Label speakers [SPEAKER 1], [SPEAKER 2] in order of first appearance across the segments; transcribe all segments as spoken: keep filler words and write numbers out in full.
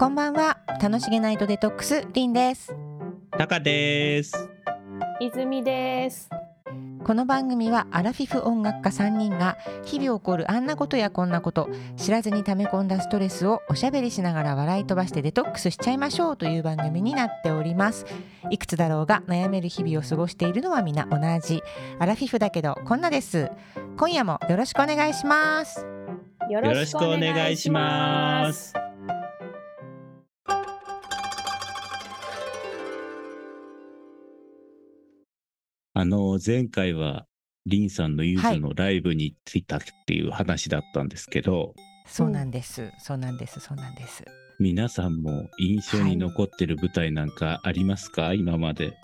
[SPEAKER 1] こんばんは。楽しげナイトデトックス、りんです。
[SPEAKER 2] たかです。
[SPEAKER 3] 泉です。
[SPEAKER 1] この番組はアラフィフ音楽家さんにんが日々起こるあんなことやこんなこと、知らずに溜め込んだストレスをおしゃべりしながら笑い飛ばしてデトックスしちゃいましょうという番組になっております。いくつだろうが悩める日々を過ごしているのはみんな同じアラフィフだけどこんなです。今夜もよろしくお願いします。
[SPEAKER 3] よろしくお願いします。
[SPEAKER 2] あの前回はリンさんのゆずのライブに行っていたっていう話だったんですけど、はい、
[SPEAKER 1] そうなんです、うん、そうなんですそうなんです。
[SPEAKER 2] 皆さんも印象に残ってる舞台なんかありますか、はい、今まで。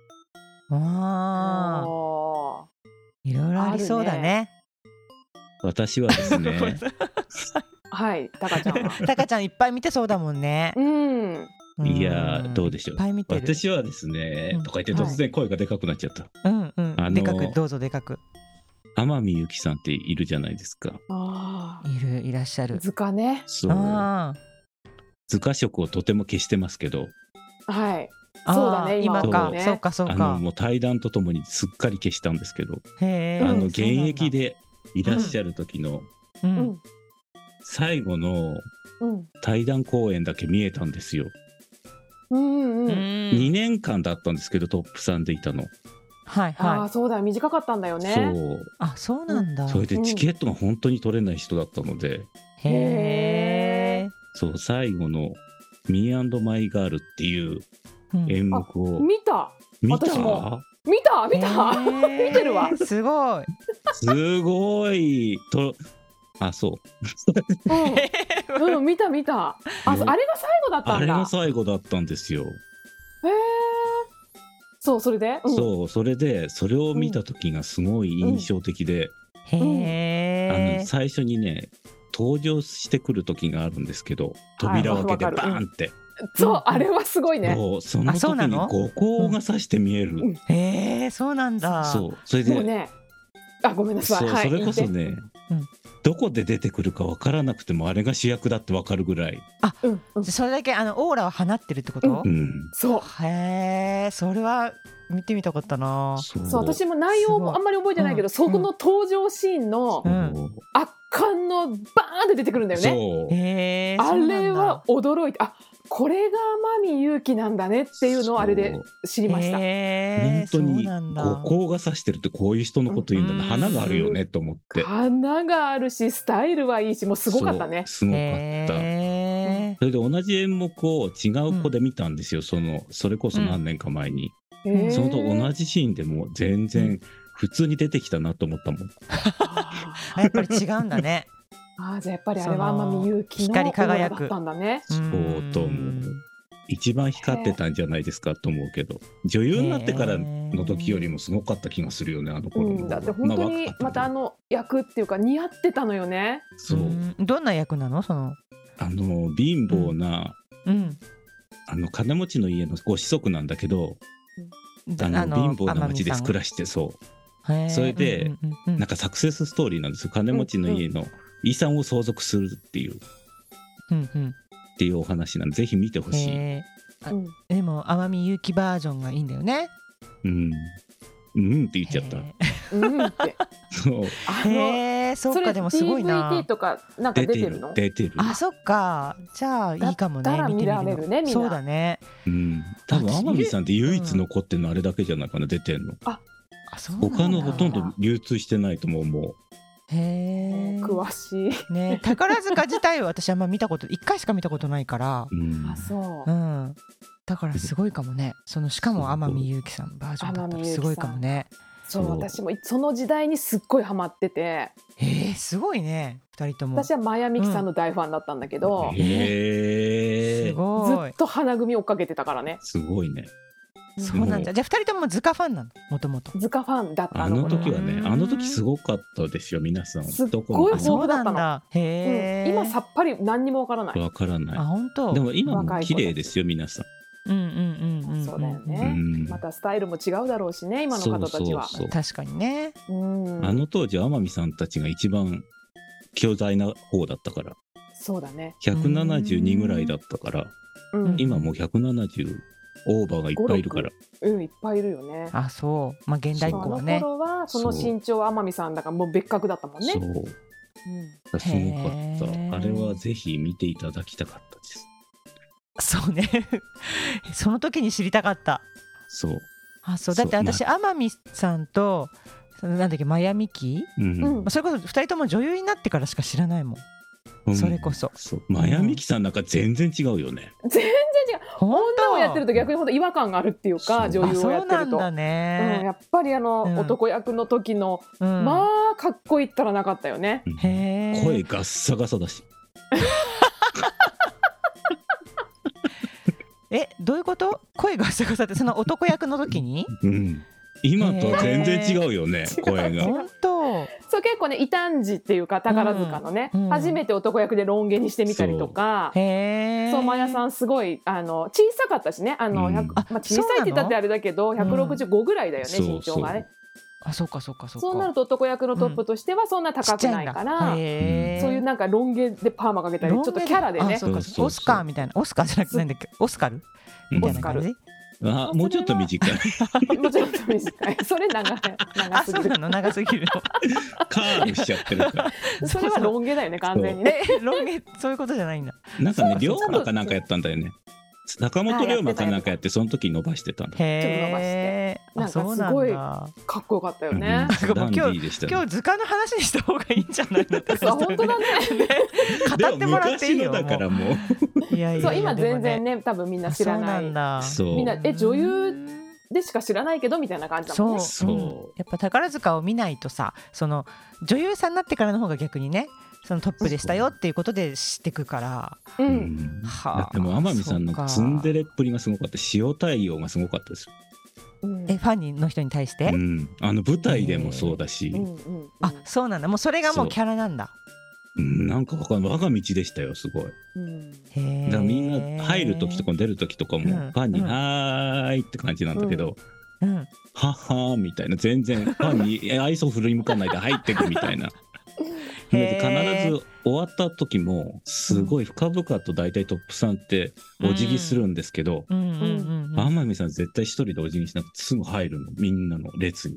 [SPEAKER 1] ああ、いろいろありそうだね。ね、
[SPEAKER 2] 私はですね
[SPEAKER 3] はい、たかちゃんは
[SPEAKER 1] たかちゃんいっぱい見てそうだもんね。
[SPEAKER 3] うん
[SPEAKER 2] いやどうでしょう。私はですね、うん、とか言って突然声がでかくなっちゃった。
[SPEAKER 1] うんうん、あのでかくどうぞでかく。
[SPEAKER 2] 天海祐希さんっているじゃないですか。
[SPEAKER 3] あ
[SPEAKER 1] いるいらっしゃる。
[SPEAKER 3] 図鑑ね。
[SPEAKER 2] そう。図鑑色をとても消してますけど。
[SPEAKER 3] はい。そうだね今
[SPEAKER 1] か
[SPEAKER 3] ね。
[SPEAKER 1] そうかそうか。
[SPEAKER 2] あのもう対談とともにすっかり消したんですけど。へあの現役でいらっしゃる時の、うんうん、最後の対談公演だけ見えたんですよ。
[SPEAKER 3] うんうん、
[SPEAKER 2] にねんかんだったんですけどトップさんでいたの。
[SPEAKER 1] はいはい。
[SPEAKER 3] あそうだ短かったんだよね。
[SPEAKER 2] そう
[SPEAKER 1] あそうなんだ。
[SPEAKER 2] それでチケットが本当に取れない人だったので、うん、
[SPEAKER 1] へー
[SPEAKER 2] そう最後のミー&マイガールっていう演目を、
[SPEAKER 3] うん、見た
[SPEAKER 2] 見た
[SPEAKER 3] 私も見た見た見てるわ。
[SPEAKER 1] すごい
[SPEAKER 2] すごいとあそう
[SPEAKER 3] うん、うん、見た見た。あ、あれが最後だったんだ。
[SPEAKER 2] あれが最後だったんですよ。
[SPEAKER 3] へえ。そうそれで、
[SPEAKER 2] うん、そうそれでそれを見た時がすごい印象的で、
[SPEAKER 1] うん、へえ。
[SPEAKER 2] あの最初にね登場してくる時があるんですけど、扉を開けてバーンって、
[SPEAKER 3] うん、そうあれはすごいね。
[SPEAKER 2] そうその時に五光が差して見える、うん、
[SPEAKER 1] へえそうなんだ。
[SPEAKER 2] そうそれで
[SPEAKER 3] もうねあごめんなさい。
[SPEAKER 2] そう、
[SPEAKER 3] はい、
[SPEAKER 2] それこそね、うん、どこで出てくるか分からなくてもあれが主役だって分かるぐらい。
[SPEAKER 1] あ、うんうん、それだけあのオーラを放ってるってこと、
[SPEAKER 2] うん、
[SPEAKER 3] そう
[SPEAKER 1] へえそれは見てみたかったな。
[SPEAKER 3] そうそう私も内容もあんまり覚えてないけど、うん、そこの登場シーンの圧巻のバーンって出てくるんだよね。
[SPEAKER 2] そう
[SPEAKER 1] へ
[SPEAKER 3] あれは驚いてあこれが天海祐希なんだねっていうのをあれで知りました。
[SPEAKER 2] 本当に五光が差してるってこういう人のこと言うんだな、うん、花があるよねと思って。
[SPEAKER 3] 花があるしスタイルはいいしもうすごかったね。
[SPEAKER 2] すごかった。それで同じ演目を違う子で見たんですよ、うん、そのそれこそ何年か前に、うん、そのと同じシーンでも全然普通に出てきたなと思ったもん。
[SPEAKER 1] やっぱり違うんだね。
[SPEAKER 3] あじゃあやっぱりあれは天海祐希の
[SPEAKER 1] 光り輝く
[SPEAKER 3] だったんだね。
[SPEAKER 2] そうと思う。一番光ってたんじゃないですかと思うけど、女優になってからの時よりもすごかった気がするよねあの頃の、うん、
[SPEAKER 3] だって本当にまたあの役っていうか似合ってたのよね。
[SPEAKER 2] そう
[SPEAKER 1] どんな役なのその
[SPEAKER 2] あの貧乏な、うんうん、あの金持ちの家のご子息なんだけど、うん、あの貧乏な町で暮らしてそうそれで、うんうんうん、なんかサクセスストーリーなんですよ。金持ちの家の遺産を相続するっていう、うんうん、っていうお話なんでぜひ見てほしい。
[SPEAKER 1] あでも天海祐希バージョンがいいんだよね。
[SPEAKER 2] うんうんって言っちゃった。
[SPEAKER 3] うんって
[SPEAKER 2] そう
[SPEAKER 1] へえそうかでもすごいな。
[SPEAKER 3] ディーブイディー とかなんか出てるの？
[SPEAKER 2] 出てる。
[SPEAKER 1] あそっかじゃあいいかもね。
[SPEAKER 3] だったら見られるねみんな。
[SPEAKER 1] そうだね。
[SPEAKER 2] うん多分天海さんって唯一残ってるのあれだけじゃないかな出てんの。
[SPEAKER 3] あ
[SPEAKER 2] 他のほとんど流通してないと思う。もう
[SPEAKER 1] へー
[SPEAKER 3] 詳しい、
[SPEAKER 1] ね、宝塚自体は私あんま見たこといっかいしか見たことないから、
[SPEAKER 2] うん、
[SPEAKER 3] あそう、
[SPEAKER 1] うん、だからすごいかもね。そのしかも天海祐希さんバージョンだったらすごいかもね。
[SPEAKER 3] そう私もその時代にすっごいハマってて
[SPEAKER 1] えー、すごいねふたりとも。
[SPEAKER 3] 私は真矢美樹さんの大ファンだったんだけど、
[SPEAKER 2] うん、へー
[SPEAKER 1] すごい
[SPEAKER 3] ずっと花組追っかけてたからね。
[SPEAKER 2] すごいね。
[SPEAKER 1] そうなんだ。じゃあふたりとも図鑑ファンなのもともと。
[SPEAKER 3] 図鑑ファンだったの。
[SPEAKER 2] あの時はねあの時すごかったですよ皆さん。
[SPEAKER 3] すっごい豊富だったの。
[SPEAKER 1] へー、
[SPEAKER 3] うん、今さっぱり何にもわからない。
[SPEAKER 2] わからない。
[SPEAKER 1] あ本当。
[SPEAKER 2] でも今も綺麗ですよ皆さん。
[SPEAKER 1] うんうんうんうん、
[SPEAKER 3] そうだよね、うん、またスタイルも違うだろうしね今の方たちは。
[SPEAKER 2] そうそうそう
[SPEAKER 1] 確かにね、
[SPEAKER 3] うん、
[SPEAKER 2] あの当時天海さんたちが一番強大な方だったから。
[SPEAKER 3] そうだね。
[SPEAKER 2] ひゃくななじゅうにぐらいだったから、
[SPEAKER 3] うん、
[SPEAKER 2] 今もうひゃくななじゅうオーバーがいっぱいいるから。
[SPEAKER 3] うん、いっぱいいるよね。
[SPEAKER 1] あ、そう。まあ現代っ子はね。
[SPEAKER 3] あの頃はその身長は天海さんだからもう別格だったもんね。
[SPEAKER 2] そう。うん、すごかった。あれはぜひ見ていただきたかったです。
[SPEAKER 1] そうねその時に知りたかった。
[SPEAKER 2] そう。
[SPEAKER 1] あ、そうだって私、ま、天海さんとなんだっけマヤミキ、うん、それこそふたりとも女優になってからしか知らないもん、うん、それこそ。
[SPEAKER 2] そうマヤミキさんなんか全然違うよね。
[SPEAKER 3] 全然違う。女をやってると逆にほんと違和感があるっていうか、女優をやってると。そうなんだね、うん、やっぱりあの、うん、男役の時の、うん、まあかっこいいったらなかったよね、
[SPEAKER 2] うん、へー、声ガッサガサだし
[SPEAKER 1] え、どういうこと？声がガサガサってその男役の時に、
[SPEAKER 2] うん、今と全然違うよね、声が。
[SPEAKER 1] 本当。
[SPEAKER 3] そう結構ね異端児っていうか宝塚のね、うん、初めて男役でロン毛にしてみたりとか、そう、へそうマヤさんすごいあの小さかったしね、あの、うん、まあ、小さいって言ったってあれだけどひゃくろくじゅうごぐらいだよね、うん、身長がね。
[SPEAKER 1] あ、そうかそうかそうか。
[SPEAKER 3] そうなると男役のトップとしてはそんな高くないから、うん、そういうなんかロン毛でパーマかけたりちょっとキャラでね、
[SPEAKER 1] そうかそうオスカーみたいな、オスカーじゃなくてなんだっけ、オスカルみたいな感じ。
[SPEAKER 2] あ、もうちょっと短い
[SPEAKER 3] もうちょっと短い。それ長い、長すぎる。あ、そうな
[SPEAKER 1] の、長すぎるの
[SPEAKER 2] カーブしちゃってるから
[SPEAKER 3] それはロン毛だよね、完全にね。
[SPEAKER 1] ロン毛、そういうことじゃないんだ。
[SPEAKER 2] なんかね、龍馬かなんかやったんだよね。坂本龍馬かなんかやってその時伸ばしてたんだ。
[SPEAKER 1] へー、
[SPEAKER 3] なんかすごいかっこよかったよね。
[SPEAKER 1] 今日今日図鑑の話にした方がいいんじゃないのって感じだよね。
[SPEAKER 3] 本当だね。
[SPEAKER 1] 語ってもらっていいよ。
[SPEAKER 2] だからも
[SPEAKER 1] う。いやいや、
[SPEAKER 3] 今全然ね、多分みんな知らない。みんなえ女優でしか知らないけどみたいな感じだもんね。
[SPEAKER 1] そう、うん、やっぱ宝塚を見ないとさ、その女優さんになってからの方が逆にね。そのトップでしたよっていうことで知ってくから、
[SPEAKER 3] うんうん、
[SPEAKER 2] はあ、だってもう天海さんのツンデレっぷりがすごかった。塩対応がすごかったですよ、
[SPEAKER 1] うん、えファンの人に対して、
[SPEAKER 2] うん、あの舞台でもそうだし、うんうん
[SPEAKER 1] うん、あ、そうなんだ、もうそれがもうキャラなんだ。
[SPEAKER 2] うん、なんか我が道でしたよ、すごい、うん、へだからみんな入る時とか出る時とかも、うん、ファンに、うん、はーいって感じなんだけど、うんうん、はっはーみたいな、全然ファンに愛想振り向かないで入ってくみたいな必ず終わった時もすごい深々と大体トップさんってお辞儀するんですけど、天海さん絶対一人でお辞儀しなくてすぐ入るの、みんなの列に。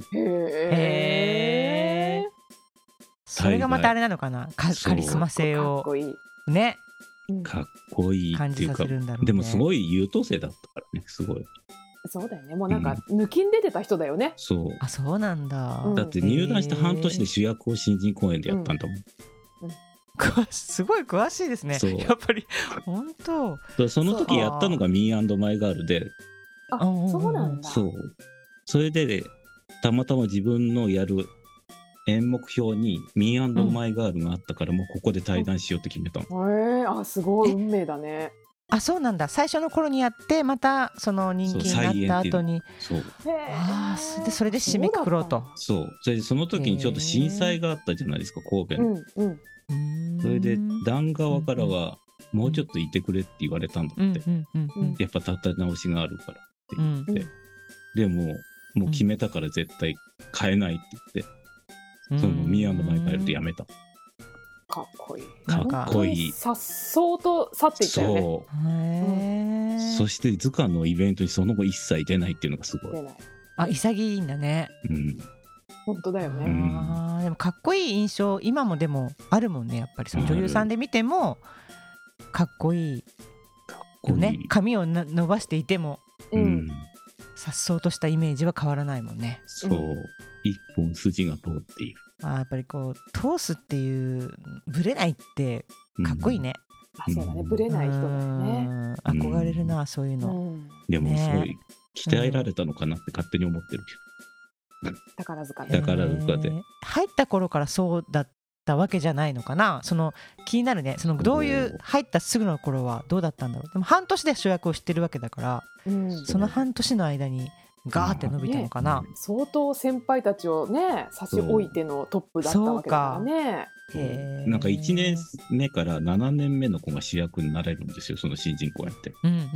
[SPEAKER 1] へー、それがまたあれなのかな、カリスマ性をね、
[SPEAKER 2] かっこいいっていうか、
[SPEAKER 1] ね、
[SPEAKER 2] でもすごい優等生だったからね、すごい。
[SPEAKER 3] そうだよね、もうなんか抜きん出てた人だよね、
[SPEAKER 2] うん、そう。
[SPEAKER 1] あ、そうなんだ。
[SPEAKER 2] だって入団して半年で主役を新人公演でやったんだもん、うん
[SPEAKER 1] うん、すごい詳しいですね、やっぱり。本当。
[SPEAKER 2] その時やったのがミー&マイガールで、
[SPEAKER 3] あ、そうなんだ。
[SPEAKER 2] そう。それで、ね、たまたま自分のやる演目表にミー&マイガールがあったから、うん、もうここで対談しようって決めたの。
[SPEAKER 3] へー、あ、すごい運命だね。
[SPEAKER 1] あ、そうなんだ。最初の頃にやってまたその人気になった後に、
[SPEAKER 2] そう、
[SPEAKER 1] ああ、でそれで締めくくろうと。
[SPEAKER 2] そう。それでその時にちょっと震災があったじゃないですか、神戸の、うんうん、それで団側からはもうちょっといてくれって言われたんだって、うんうんうん、やっぱ立て直しがあるからって言って、うん、でももう決めたから絶対変えないって言って、うん、そのミー&マイガールでやめた。
[SPEAKER 3] かっこいい。
[SPEAKER 2] かっこいい。
[SPEAKER 3] さっそうと去っていったよね。そう。
[SPEAKER 2] へー。そして図鑑のイベントにその後一切出ないっていうのがすごい。出ない。
[SPEAKER 1] あ、潔いんだね。
[SPEAKER 3] うん。本当だよね。
[SPEAKER 1] あ、でもかっこいい印象今もでもあるもんね、やっぱりその女優さんで見てもかっこいいよね。髪をな伸ばしていても、うん、さっそうとしたイメージは変わらないもんね。
[SPEAKER 2] そう。一本筋が通っている。
[SPEAKER 1] あ、やっぱりこう通すっていうブレないってかっこいいね。
[SPEAKER 3] うん、あ、そうだね、ブレない人だよね。
[SPEAKER 1] 憧れるな、そういうの。
[SPEAKER 2] うん、でもすごい鍛えられたのかなって勝手に思ってるけど。
[SPEAKER 3] 宝塚
[SPEAKER 2] で。宝塚で。
[SPEAKER 1] 入った頃からそうだったわけじゃないのかな。その気になるね。そのどういう入ったすぐの頃はどうだったんだろう。でも半年で主役を知ってるわけだから、うん、その半年の間に。ガーって伸びたのかな、ね、
[SPEAKER 3] 相当先輩たちをね差し置いてのトップだったわけだからね。
[SPEAKER 2] へなんかいちねんめからななねんめの子が主役になれるんですよ、その新人公演って、うんうんうんうん、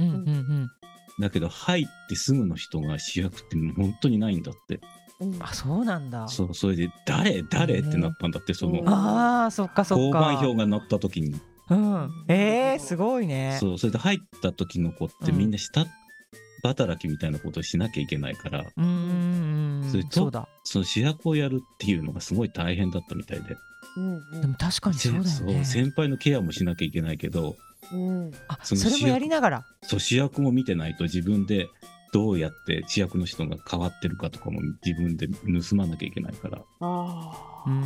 [SPEAKER 2] だけど入ってすぐの人が主役って本当にないんだって、
[SPEAKER 1] うん、あ、そうなんだ。
[SPEAKER 2] そう、それで誰誰ってなったんだって、その
[SPEAKER 1] あ、そっかそっか、
[SPEAKER 2] 交番票が鳴った時に
[SPEAKER 1] うん、えー、すごいね。
[SPEAKER 2] そう、それで入った時の子ってみんな下働きみたいなことをしなきゃいけないから、
[SPEAKER 1] うん、
[SPEAKER 2] それとそうだ、その主役をやるっていうのがすごい大変だったみたいで、
[SPEAKER 1] うんうん、でも確かにそうだよね。そう、
[SPEAKER 2] 先輩のケアもしなきゃいけないけど、
[SPEAKER 1] うん、あ、それもやりながら、
[SPEAKER 2] そう、主役も見てないと自分でどうやって主役の人が変わってるかとかも自分で盗まなきゃいけないから。あ、うん、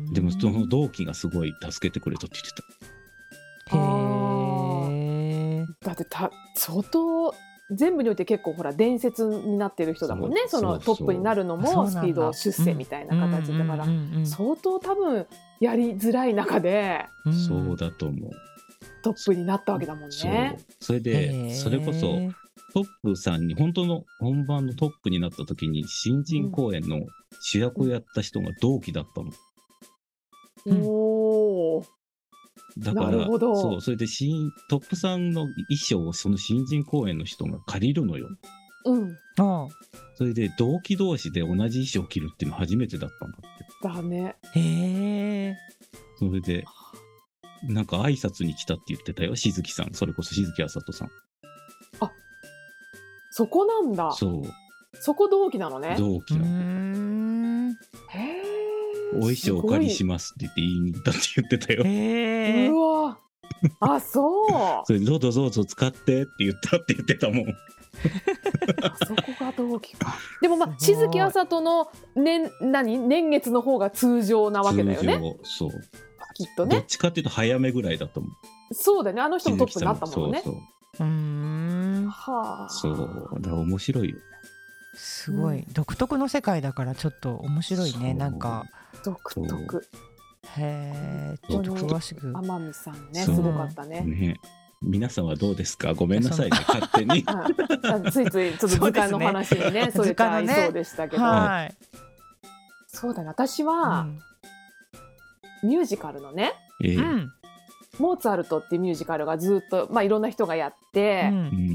[SPEAKER 2] でもその同期がすごい助けてくれたって言って
[SPEAKER 3] た。へー、だってた相当全部において結構ほら伝説になってる人だもんね。 そ, そのトップになるのもスピード出世みたいな形だから、相当多分やりづらい中で、
[SPEAKER 2] うん、そうだと思う、
[SPEAKER 3] トップになったわけだもんね。
[SPEAKER 2] そう、それでそれこそトップさんに本当の本番のトップになった時に新人公演の主役をやった人が同期だったの、
[SPEAKER 3] うん、おー、
[SPEAKER 2] だからそう、それで新トップさんの衣装をその新人公演の人が借りるのよ、
[SPEAKER 3] うん、ああ、
[SPEAKER 2] それで同期同士で同じ衣装を着るっていうのは初めてだったんだって。
[SPEAKER 3] だね。
[SPEAKER 1] へえ。
[SPEAKER 2] それでなんか挨拶に来たって言ってたよ、しずきさん。それこそしずきあさとさん。
[SPEAKER 3] あ、そこなんだ。
[SPEAKER 2] そう、
[SPEAKER 3] そこ同期なのね。
[SPEAKER 2] 同期なの。へえ。お衣装お借りしますって言って言いに行ったって言ってたよ。
[SPEAKER 3] へー、うわ、あ、そう
[SPEAKER 2] それどうぞどうぞ使ってって言ったって言ってたもん。
[SPEAKER 3] あそこが同期か。でもまあしずきあさとの年何年月の方が通常なわけだよね。
[SPEAKER 2] そう、
[SPEAKER 3] きっとね。
[SPEAKER 2] どっちかっていうと早めぐらいだと思う。
[SPEAKER 3] そうだね、あの人もトップになったもんね。
[SPEAKER 2] そうそう、
[SPEAKER 1] うーん、
[SPEAKER 2] はあ、そうだから面白いよね。
[SPEAKER 1] すごい、うん、独特の世界だからちょっと面白いね。なんか
[SPEAKER 3] 独特。
[SPEAKER 1] へえ、ちょっと詳しく。
[SPEAKER 3] 天海さんね、すごかったね。
[SPEAKER 2] ね、皆さんはどうですか。ごめんなさいね、勝手に
[SPEAKER 3] ついついちょっと図鑑の話にねそれちゃいそうでしたけど、はい、そうだね、私は、うん、ミュージカルのね、えーうん、モーツァルトっていうミュージカルがずっと、まあ、いろんな人がやって、うん、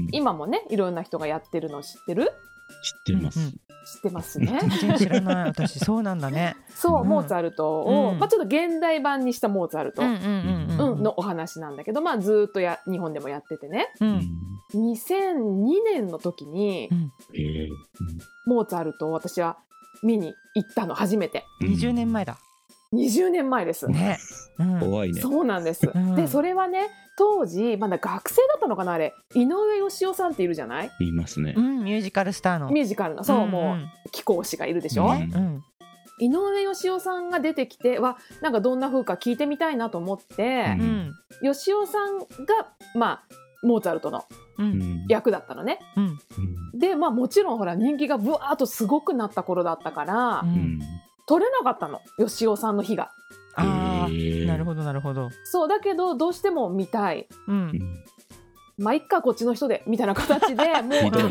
[SPEAKER 3] 今もねいろんな人がやってるの知ってる？
[SPEAKER 2] 知ってます、うんうん、
[SPEAKER 3] 知ってますね。
[SPEAKER 1] 全然知らない私。そうなんだね。
[SPEAKER 3] そう、うん、モーツァルトを、うん、まあ、ちょっと現代版にしたモーツァルトのお話なんだけど、まあ、ずっとや日本でもやっててね、うん、にせんにねんの時に、うんえー、モーツァルトを私は見に行ったの初めて。
[SPEAKER 1] にじゅうねんまえだ。
[SPEAKER 3] にじゅうねんまえです、
[SPEAKER 1] ね、
[SPEAKER 2] うん、怖いね。
[SPEAKER 3] そうなんです、うん、でそれはね当時まだ学生だったのかな、あれ井上芳雄さんっているじゃない？
[SPEAKER 2] いますね、
[SPEAKER 1] うん、ミュージカルスターの
[SPEAKER 3] ミュージカルのそう、うんうん、もう貴公子がいるでしょ、うんうん、井上芳雄さんが出てきてはなんかどんな風か聞いてみたいなと思って、うん、芳雄さんがまあモーツァルトの役だったのね、うん、でまあもちろんほら人気がブワーッとすごくなった頃だったから、うん、取れなかったの芳雄さんの日が。
[SPEAKER 1] あー、なるほどなるほど。
[SPEAKER 3] そうだけどどうしても見たい、うん、まあいっかこっちの人でみたいな形でもう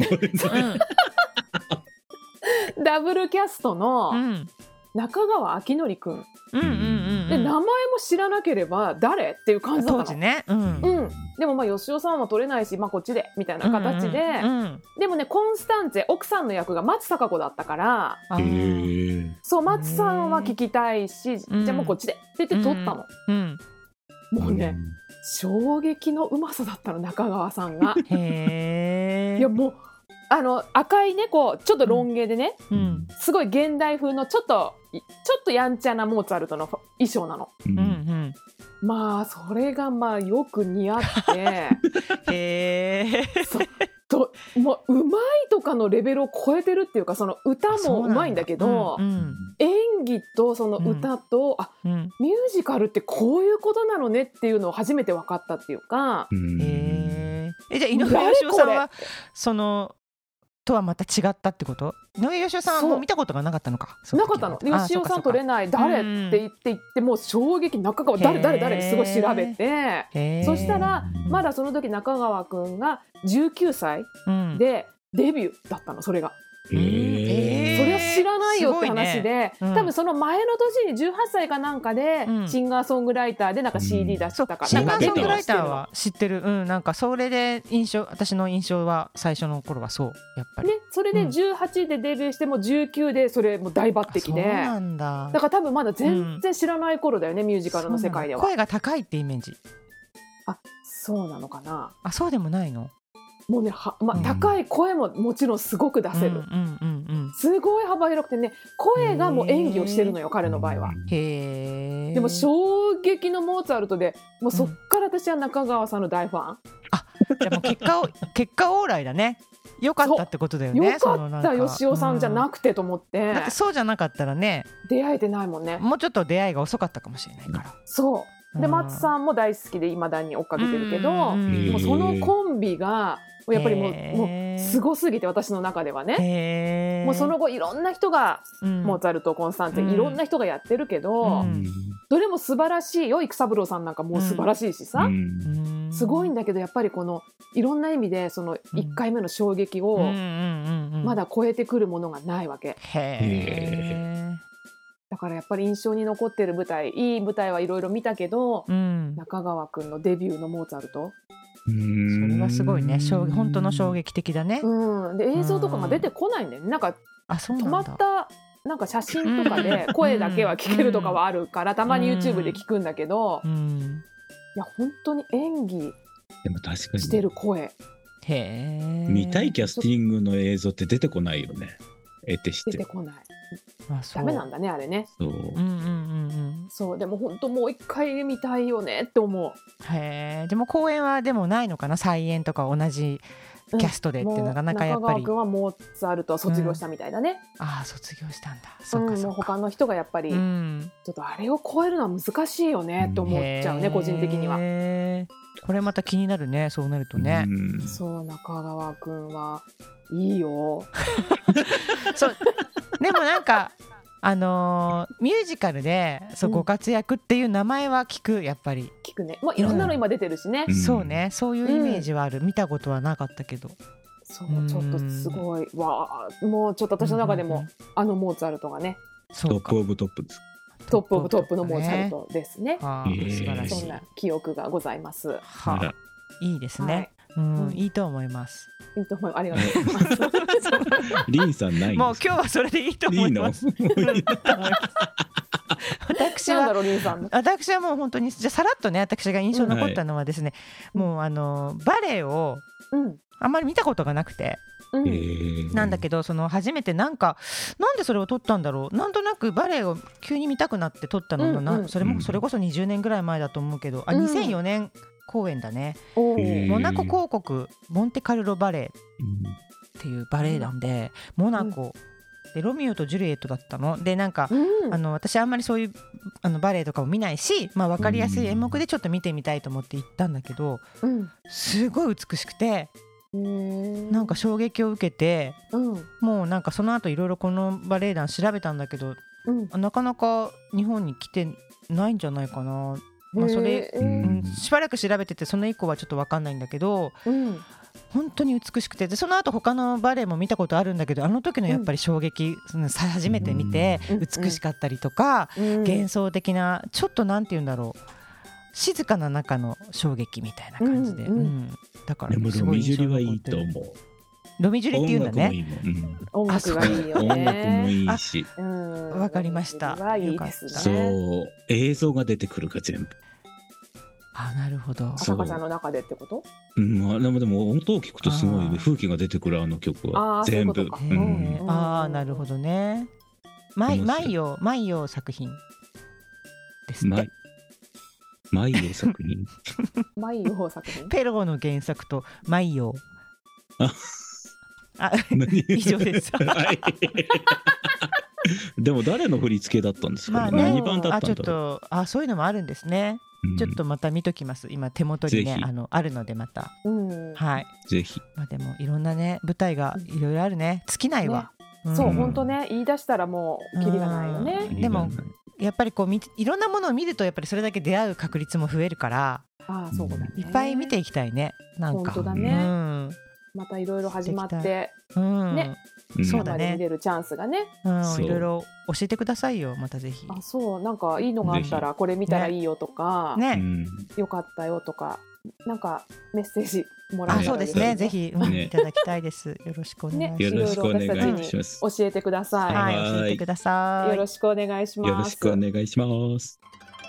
[SPEAKER 3] ダブルキャストの中川晃教くん、うんうんうんうん、で名前も知らなければ誰っていう感じだったの
[SPEAKER 1] 当時ね、うん
[SPEAKER 3] うん、でもまあ芳雄さんは取れないし、まあ、こっちでみたいな形で、うんうんうん、でもねコンスタンツェ奥さんの役が松たか子だったからそう松さんは聞きたいし、じゃあもうこっちでって言って取ったの、うんうん、もうね、うん、衝撃のうまさだったの中川さんが。へいやもうあの赤いねこうちょっとロン毛でね、うん、すごい現代風のちょっとちょっとやんちゃなモーツァルトの衣装なの、うんうん、まあそれがまあよく似合ってへーともううまいとかのレベルを超えてるっていうか、その歌もうまいんだけど、うんうん、演技とその歌と、うん、あ、うん、ミュージカルってこういうことなのねっていうのを初めて分かったっていうか、うん、
[SPEAKER 1] えー、えじゃあ井上芳雄さんはそのとはまた違ったってこと？井上芳雄さんはもう見たことがなかったのか？
[SPEAKER 3] なかったの。で芳雄さん取れない誰って言って言ってもう衝撃、中川誰誰誰ってすごい調べて、そしたらまだその時中川くんがじゅうきゅうさいでデビューだったの、それが。えー、それは知らないよって話で、ねうん、多分その前の年にじゅうはっさいかなんかで、うん、シンガーソングライターでなんか シーディー 出したから、うん、
[SPEAKER 1] シンガーソングライターは知ってる、うん、なんかそれで印象私の印象は最初の頃はそうやっぱり、ね、
[SPEAKER 3] それでじゅうはちでデビューしてもじゅうきゅうでそれも大抜擢で、そうなんだ、だから多分まだ全然知らない頃だよね、うん、ミュージカルの世界では。
[SPEAKER 1] 声が高いってイメージ。
[SPEAKER 3] あ、そうなのかな。
[SPEAKER 1] あ、そうでもないの。
[SPEAKER 3] もうねは、ま、高い声ももちろんすごく出せる、うんうんうんうん、すごい幅広くてね、声がもう演技をしてるのよ彼の場合は。へでも衝撃のモーツァルトでもうそっから私は中川さんの大ファン、うん、
[SPEAKER 1] あ、じゃあもう結果を結果オーライだね。よかったってことだよね。
[SPEAKER 3] よかった吉尾さんじゃなくてと思って、うん、
[SPEAKER 1] だってそうじゃなかったらね
[SPEAKER 3] 出会えてないもんね。
[SPEAKER 1] もうちょっと出会いが遅かったかもしれないから。
[SPEAKER 3] そうで、松さんも大好きで未だに追っかけてるけど、もうそのコンビがやっぱりもう、もうすごすぎて私の中ではね、もうその後いろんな人が、うん、モーツァルトコンスタンツ、うん、いろんな人がやってるけど、うん、どれも素晴らしいよ。育三郎さんなんかもう素晴らしいしさ、うん、すごいんだけどやっぱりこのいろんな意味でそのいっかいめの衝撃をまだ超えてくるものがないわけ。へー。だからやっぱり印象に残ってる舞台、いい舞台はいろいろ見たけど、うん、中川くんのデビューのモーツァルト、
[SPEAKER 1] うーん、それはすごいね、本当の衝撃的だね、
[SPEAKER 3] うん、で映像とかが出てこないんだよね。なんか止まったなんか写真とかで声だけは聞けるとかはあるから、たまに YouTube で聞くんだけど、うんうん、いや本当に演技してる声、
[SPEAKER 2] へー、見たいキャスティングの映像って出てこないよね。得てして
[SPEAKER 3] 出てこない。ダメなんだねあれね。そう、うんうんうんうん、そうでも本当もう一回見たいよねって思う。
[SPEAKER 1] へえ。でも公演はでもないのかな、再演とか同じキャストでってなかなかやっぱり、
[SPEAKER 3] 中川君はモーツァルトは卒業したみたいだね、
[SPEAKER 1] うん、ああ卒業したんだ。そうかそうか、うん、もう
[SPEAKER 3] 他の人がやっぱり、うん、ちょっとあれを超えるのは難しいよねって思っちゃうね、個人的には。
[SPEAKER 1] これまた気になるね、そうなるとね、うん、
[SPEAKER 3] そう中川君はいいよ
[SPEAKER 1] そうでもなんかあのー、ミュージカルでそうご活躍っていう名前は聞く、やっぱり
[SPEAKER 3] 聞くね。もういろんなの今出てるしね、
[SPEAKER 1] うん、そうね、そういうイメージはある、うん、見たことはなかったけど、
[SPEAKER 3] そう、ちょっとすごいわあ、もうちょっと私の中でも、うんうんうん、あのモーツァルトがね、
[SPEAKER 2] トップオブトップです。
[SPEAKER 3] トップオブトップのモーツァルトですね。
[SPEAKER 1] はあ、素晴らしい。
[SPEAKER 3] そんな記憶がございます。は
[SPEAKER 1] あ、いいですね、はい、うん、うん、いいと思います。
[SPEAKER 3] いいと思います。ありがとうございます
[SPEAKER 2] リンさんないんですか。もう
[SPEAKER 1] 今日はそれでいいと思います。いいの私は私はもう本当にじゃさらっとね、私が印象に残ったのはですね、うん、もうあのバレエをあんまり見たことがなくて、うん、なんだけどその初めてなんかなんでそれを撮ったんだろう、なんとなくバレエを急に見たくなって撮ったの、うんうん、それもそれこそにじゅうねんぐらい前だと思うけど、あ、にせんよねん公演だね、モナコ公国モンテカルロバレエっていうバレエ団で、モナコでロミオとジュリエットだったので、なんか、うん、あの私あんまりそういうあのバレエとかも見ないし、まあ、分かりやすい演目でちょっと見てみたいと思って行ったんだけど、うん、すごい美しくて、なんか衝撃を受けて、うん、もうなんかその後いろいろこのバレエ団調べたんだけど、うん、なかなか日本に来てないんじゃないかな。まあ、それ、うん、しばらく調べててその以降はちょっと分かんないんだけど、うん、本当に美しくて、でその後他のバレエも見たことあるんだけど、あの時のやっぱり衝撃、うん、その初めて見て美しかったりとか、うん、幻想的なちょっとなんていうんだろう、静かな中の衝撃みたいな感じで、うんうん、だから
[SPEAKER 2] でもロミジュリはいいと思う。
[SPEAKER 1] ロミジュリっていうんだね。
[SPEAKER 3] 音楽がいいよね。
[SPEAKER 2] 音楽もいいし。
[SPEAKER 1] わかりました。
[SPEAKER 3] いいですね。
[SPEAKER 2] そう、映像が出てくるか全部。
[SPEAKER 1] あ、なるほど。
[SPEAKER 3] 浅香さんの中でってこと？
[SPEAKER 2] うん、でもでも音を聞くとすごい風景が出てくる、あの曲は全部。
[SPEAKER 1] ああ、なるほどね。マイマイヨマイヨ作品ですね。
[SPEAKER 2] マイヨ作品。
[SPEAKER 3] マイヨ作品。
[SPEAKER 1] ペローの原作とマイヨ。あ、以上です。
[SPEAKER 2] でも誰の振り付けだったんですか、まあね、何番だったんだろう。あ、ちょっと、あ、そういうのもあるんですね、うん、ちょっとまた見ときます。今手元にね、あのあるのでまた、うん、はい、 ぜひ。
[SPEAKER 1] まあ、でもいろんなね舞台がいろいろあるね。尽きないわ、
[SPEAKER 3] ね、うん、そう本当ね、言い出したらもうキリがないよね、
[SPEAKER 1] うん、でもやっぱりこういろんなものを見るとやっぱりそれだけ出会う確率も増えるから、
[SPEAKER 3] あ、そうだね、
[SPEAKER 1] いっぱい見ていきたいね。なんか
[SPEAKER 3] 本当だね、うん、 またいろいろ始まって、
[SPEAKER 1] うん、
[SPEAKER 3] ね、そうだね、見れるチャンスがね、
[SPEAKER 1] うん、いろいろ教えてくださいよ、またぜひ。
[SPEAKER 3] あ、そう、なんかいいのがあったらこれ見たらいいよとか、
[SPEAKER 1] ね、
[SPEAKER 3] よかったよとか、なんかメッセージもらえたら、ね、
[SPEAKER 1] あ、そうですね、ぜひ、うん、いただきたいです。よろしくお願いします。
[SPEAKER 2] ね、よろしくお願いします。
[SPEAKER 3] 教えてください。
[SPEAKER 1] はい、教えてください。
[SPEAKER 3] よろしくお願いします。
[SPEAKER 2] よろしくお願いします。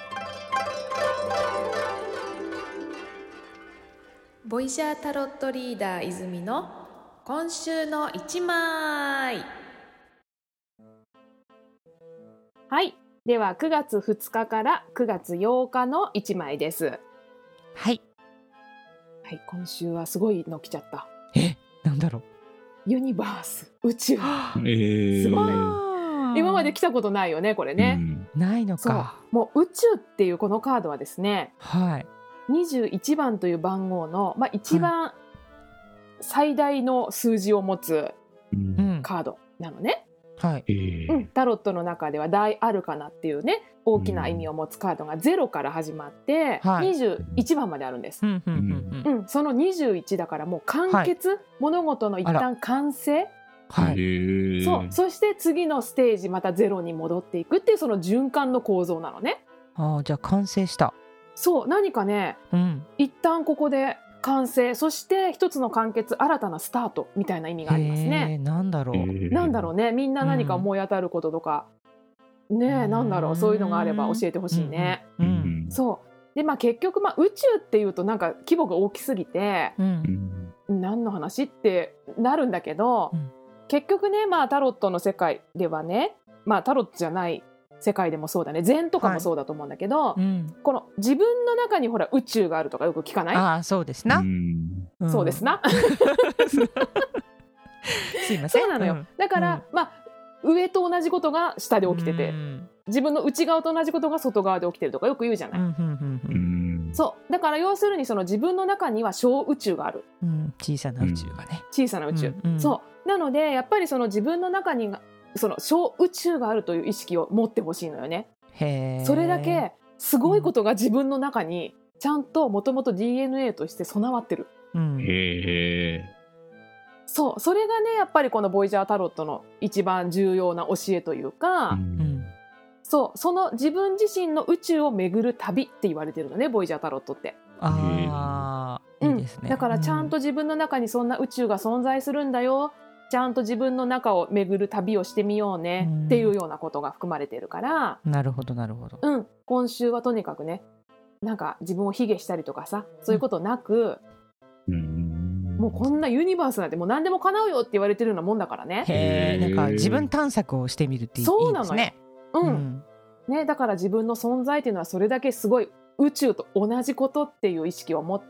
[SPEAKER 4] ボイジャータロットリーダー泉の今週の一枚。
[SPEAKER 3] はい、ではくがつふつかからくがつようかの一枚です。
[SPEAKER 1] はい、
[SPEAKER 3] はい、今週はすごいの来ちゃった。
[SPEAKER 1] え、なんだろう。
[SPEAKER 3] ユニバース、宇宙、
[SPEAKER 2] えー、
[SPEAKER 3] すごい。今まで来たことないよね、これね、
[SPEAKER 1] うん、ないのか。
[SPEAKER 3] もう宇宙っていうこのカードはですね、
[SPEAKER 1] はい、
[SPEAKER 3] にじゅういちばんという番号の、まあ、一番最大の数字を持つカードなのね、
[SPEAKER 1] はい、
[SPEAKER 3] うん、タロットの中では大アルカナっていうね、大きな意味を持つカードがゼロから始まって、はい、にじゅういちばんまであるんです、うんうんうんうん、そのにじゅういちだからもう完結、はい、物事の一旦完成、
[SPEAKER 1] はい、
[SPEAKER 3] そう、そして次のステージまたゼロに戻っていくっていうその循環の構造なのね。
[SPEAKER 1] あ、じゃあ完成した。
[SPEAKER 3] そう、何かね、うん、一旦ここで完成、そして一つの完結、新たなスタートみたいな意味がありますね。
[SPEAKER 1] なんだろう、
[SPEAKER 3] なんだろうね、みんな何か思い当たることとか、うん、ねえ、なんだろう、そういうのがあれば教えてほしいね、うんうん、そうで、まあ、結局、まあ、宇宙っていうとなんか規模が大きすぎて、うん、何の話ってなるんだけど、うん、結局ね、まあ、タロットの世界ではね、まあ、タロットじゃない世界でもそうだね、禅とかもそうだと思うんだけど、はい、うん、この自分の中にほら宇宙があるとかよく聞かない？
[SPEAKER 1] ああ、そうですな、うん、
[SPEAKER 3] そうですな
[SPEAKER 1] すいません、
[SPEAKER 3] そうなのよ、うん、だから、うん、まあ、上と同じことが下で起きてて、うん、自分の内側と同じことが外側で起きてるとかよく言うじゃない、うんうんうん、そうだから要するにその自分の中には小宇宙がある、
[SPEAKER 1] うん、小さな宇宙がね、
[SPEAKER 3] 小さな宇宙、うんうん、そうなのでやっぱりその自分の中にその小宇宙があるという意識を持ってほしいのよね。
[SPEAKER 1] へー、
[SPEAKER 3] それだけすごいことが自分の中にちゃんともともと ディーエヌエー として備わってる、
[SPEAKER 1] うん、
[SPEAKER 2] へー、
[SPEAKER 3] そう、それがねやっぱりこのボイジャータロットの一番重要な教えというか、うん、そう、その自分自身の宇宙を巡る旅って言われてるのね、ボイジャータロットって。
[SPEAKER 1] あー、いいですね、
[SPEAKER 3] うん、だからちゃんと自分の中にそんな宇宙が存在するんだよ、ちゃんと自分の中を巡る旅をしてみようねっていうようなことが含まれているから、
[SPEAKER 1] うん、なるほどなるほど、
[SPEAKER 3] うん、今週はとにかくね、なんか自分を卑下したりとかさ、そういうことなく、うん、もうこんなユニバースなんてもう何でも叶うよって言われてるようなもんだからね。
[SPEAKER 1] へー、なんか自分探索をしてみるっていいですね。そうなのよ、
[SPEAKER 3] うんうん、ね、だから自分の存在っていうのはそれだけすごい宇宙と同じことっていう意識を持って、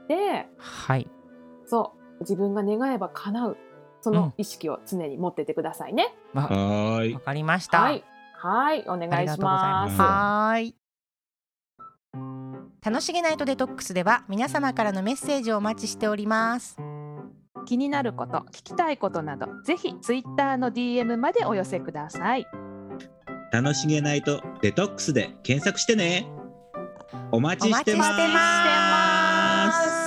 [SPEAKER 1] はい、
[SPEAKER 3] そう自分が願えば叶う、その意識を常に持っててくださいね、
[SPEAKER 2] うん、はい、
[SPEAKER 1] わかりました。
[SPEAKER 3] はい、はい、お願いします。
[SPEAKER 1] はい、楽しげナイトデトックスでは皆様からのメッセージをお待ちしております。
[SPEAKER 4] 気になること、聞きたいことなど、ぜひツイッターの ディーエム までお寄せください。
[SPEAKER 2] 楽しげナイトデトックスで検索してね。お待ちしてます。
[SPEAKER 3] お待ちしてます。